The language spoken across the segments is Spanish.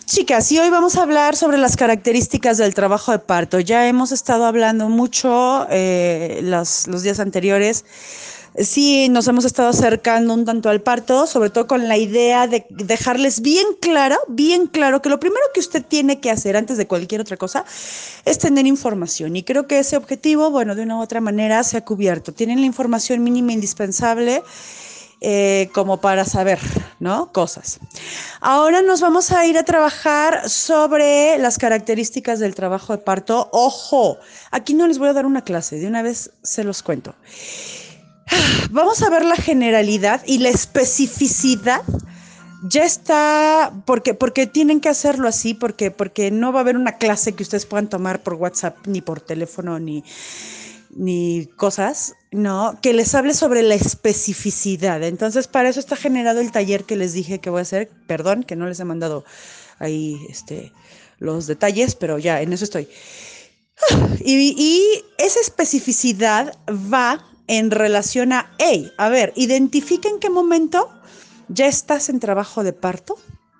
Chicas, y hoy vamos a hablar sobre las características del trabajo de parto. Ya hemos estado hablando mucho los días anteriores. Sí, nos hemos estado acercando un tanto al parto, sobre todo con la idea de dejarles bien claro que lo primero que usted tiene que hacer antes de cualquier otra cosa es tener información. Y creo que ese objetivo, bueno, de una u otra manera se ha cubierto. Tienen la información mínima indispensable como para saber, ¿no? Cosas. Ahora nos vamos a ir a trabajar sobre las características del trabajo de parto. Ojo, aquí no les voy a dar una clase, de una vez se los cuento. Vamos a ver la generalidad y la especificidad. Ya está, porque tienen que hacerlo así, porque no va a haber una clase que ustedes puedan tomar por WhatsApp, ni por teléfono, ni cosas, ¿no? Que les hable sobre la especificidad. Entonces, para eso está generado el taller que les dije que voy a hacer. Perdón, que no les he mandado ahí los detalles, pero ya en eso estoy. Y esa especificidad va en relación a, hey, a ver, identifica en qué momento ya estás en trabajo de parto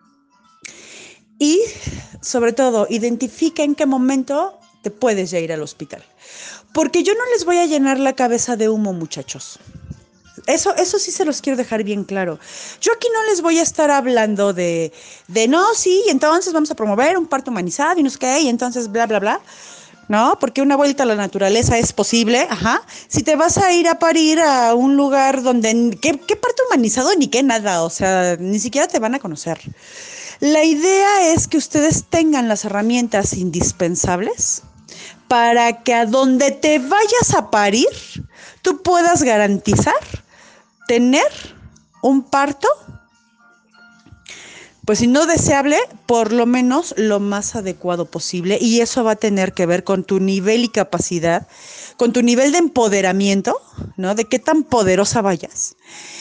y, sobre todo, identifica en qué momento te puedes ya ir al hospital. Porque yo no les voy a llenar la cabeza de humo, muchachos. Eso sí se los quiero dejar bien claro. Yo aquí no les voy a estar hablando de no, sí, entonces vamos a promover un parto humanizado y no sé qué, y entonces bla, bla, bla. ¿No? Porque una vuelta a la naturaleza es posible, ajá. Si te vas a ir a parir a un lugar donde, ¿qué parto humanizado ni qué nada? O sea, ni siquiera te van a conocer. La idea es que ustedes tengan las herramientas indispensables para que a donde te vayas a parir, tú puedas garantizar tener un parto, pues si no deseable, por lo menos lo más adecuado posible. Y eso va a tener que ver con tu nivel y capacidad, con tu nivel de empoderamiento, ¿no? De qué tan poderosa vayas.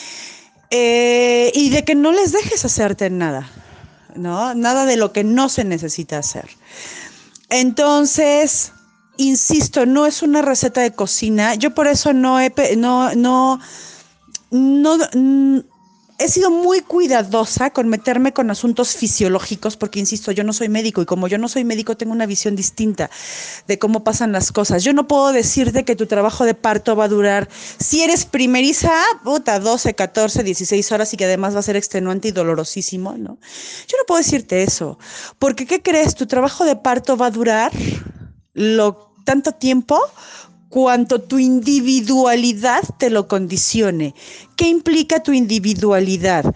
Y de que no les dejes hacerte nada, ¿no? Nada de lo que no se necesita hacer. Entonces, insisto, no es una receta de cocina. Yo por eso no he sido muy cuidadosa con meterme con asuntos fisiológicos, porque insisto, yo no soy médico y como yo no soy médico tengo una visión distinta de cómo pasan las cosas. Yo no puedo decirte que tu trabajo de parto va a durar, si eres primeriza, 12, 14, 16 horas y que además va a ser extenuante y dolorosísimo, ¿no? Yo no puedo decirte eso, porque ¿qué crees? Tu trabajo de parto va a durar tanto tiempo cuanto tu individualidad te lo condicione. ¿Qué implica tu individualidad?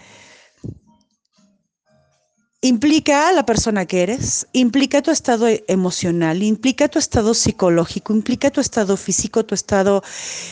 Implica la persona que eres, implica tu estado emocional, implica tu estado psicológico, implica tu estado físico, tu estado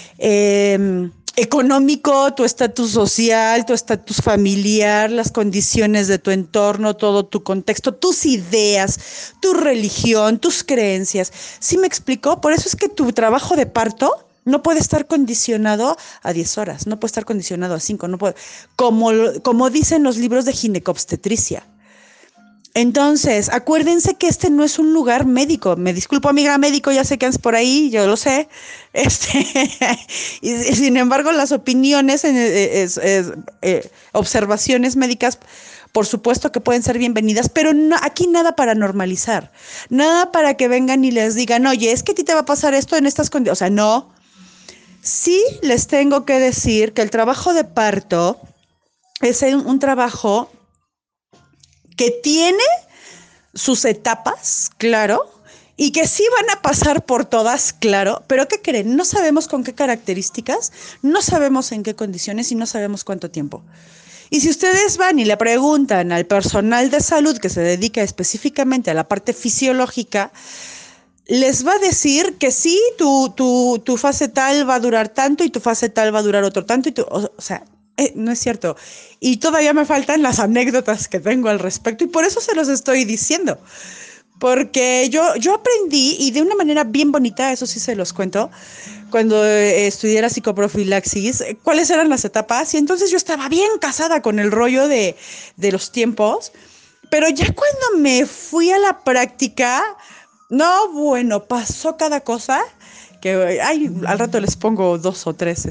económico, tu estatus social, tu estatus familiar, las condiciones de tu entorno, todo tu contexto, tus ideas, tu religión, tus creencias. ¿Sí me explico? Por eso es que tu trabajo de parto no puede estar condicionado a 10 horas, no puede estar condicionado a 5, no puede, como dicen los libros de ginecobstetricia. Entonces, acuérdense que este no es un lugar médico. Me disculpo, amiga médico, ya sé que andas por ahí, yo lo sé. Este, y sin embargo, las opiniones, observaciones médicas, por supuesto que pueden ser bienvenidas, pero no, aquí nada para normalizar, nada para que vengan y les digan, oye, es que a ti te va a pasar esto en estas condiciones. O sea, no. Sí les tengo que decir que el trabajo de parto es un trabajo que tiene sus etapas, claro, y que sí van a pasar por todas, claro, pero ¿qué creen? No sabemos con qué características, no sabemos en qué condiciones y no sabemos cuánto tiempo. Y si ustedes van y le preguntan al personal de salud que se dedica específicamente a la parte fisiológica, les va a decir que sí, tu fase tal va a durar tanto y tu fase tal va a durar otro tanto. O sea, no es cierto. Y todavía me faltan las anécdotas que tengo al respecto y por eso se los estoy diciendo. Porque yo aprendí, y de una manera bien bonita, eso sí se los cuento, cuando estudié la psicoprofilaxis, cuáles eran las etapas. Y entonces yo estaba bien casada con el rollo de los tiempos. Pero ya cuando me fui a la práctica, no, bueno, pasó cada cosa que ay, al rato les pongo dos o tres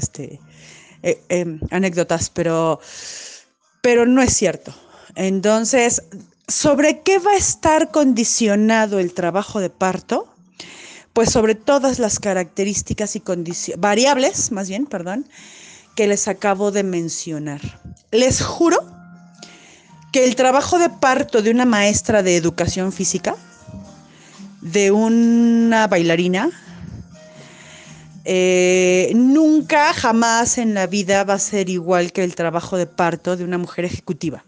anécdotas, pero no es cierto. Entonces, ¿Sobre qué va a estar condicionado el trabajo de parto? Pues sobre todas las características y variables, más bien, perdón, que les acabo de mencionar. Les juro que el trabajo de parto de una maestra de educación física, de una bailarina, nunca, jamás en la vida va a ser igual que el trabajo de parto de una mujer ejecutiva,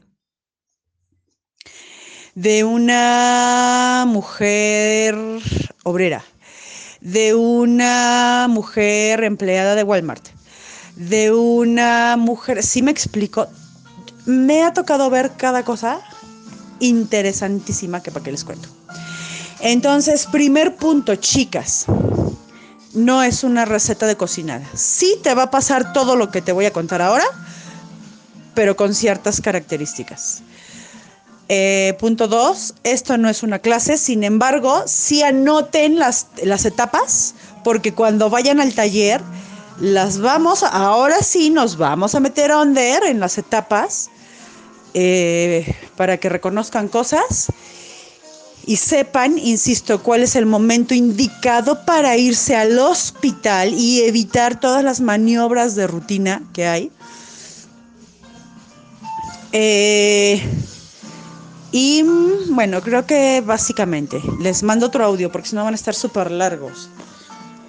de una mujer obrera, de una mujer empleada de Walmart, de una mujer, ¿sí me explico? Me ha tocado ver cada cosa interesantísima que para qué les cuento. Entonces, primer punto, chicas, no es una receta de cocinar. Sí te va a pasar todo lo que te voy a contar ahora, pero con ciertas características. Punto 2, esto no es una clase, sin embargo, sí anoten las etapas, porque cuando vayan al taller, ahora sí nos vamos a meter under en las etapas, para que reconozcan cosas y sepan, insisto, cuál es el momento indicado para irse al hospital y evitar todas las maniobras de rutina que hay. Y bueno, creo que básicamente les mando otro audio porque si no van a estar súper largos.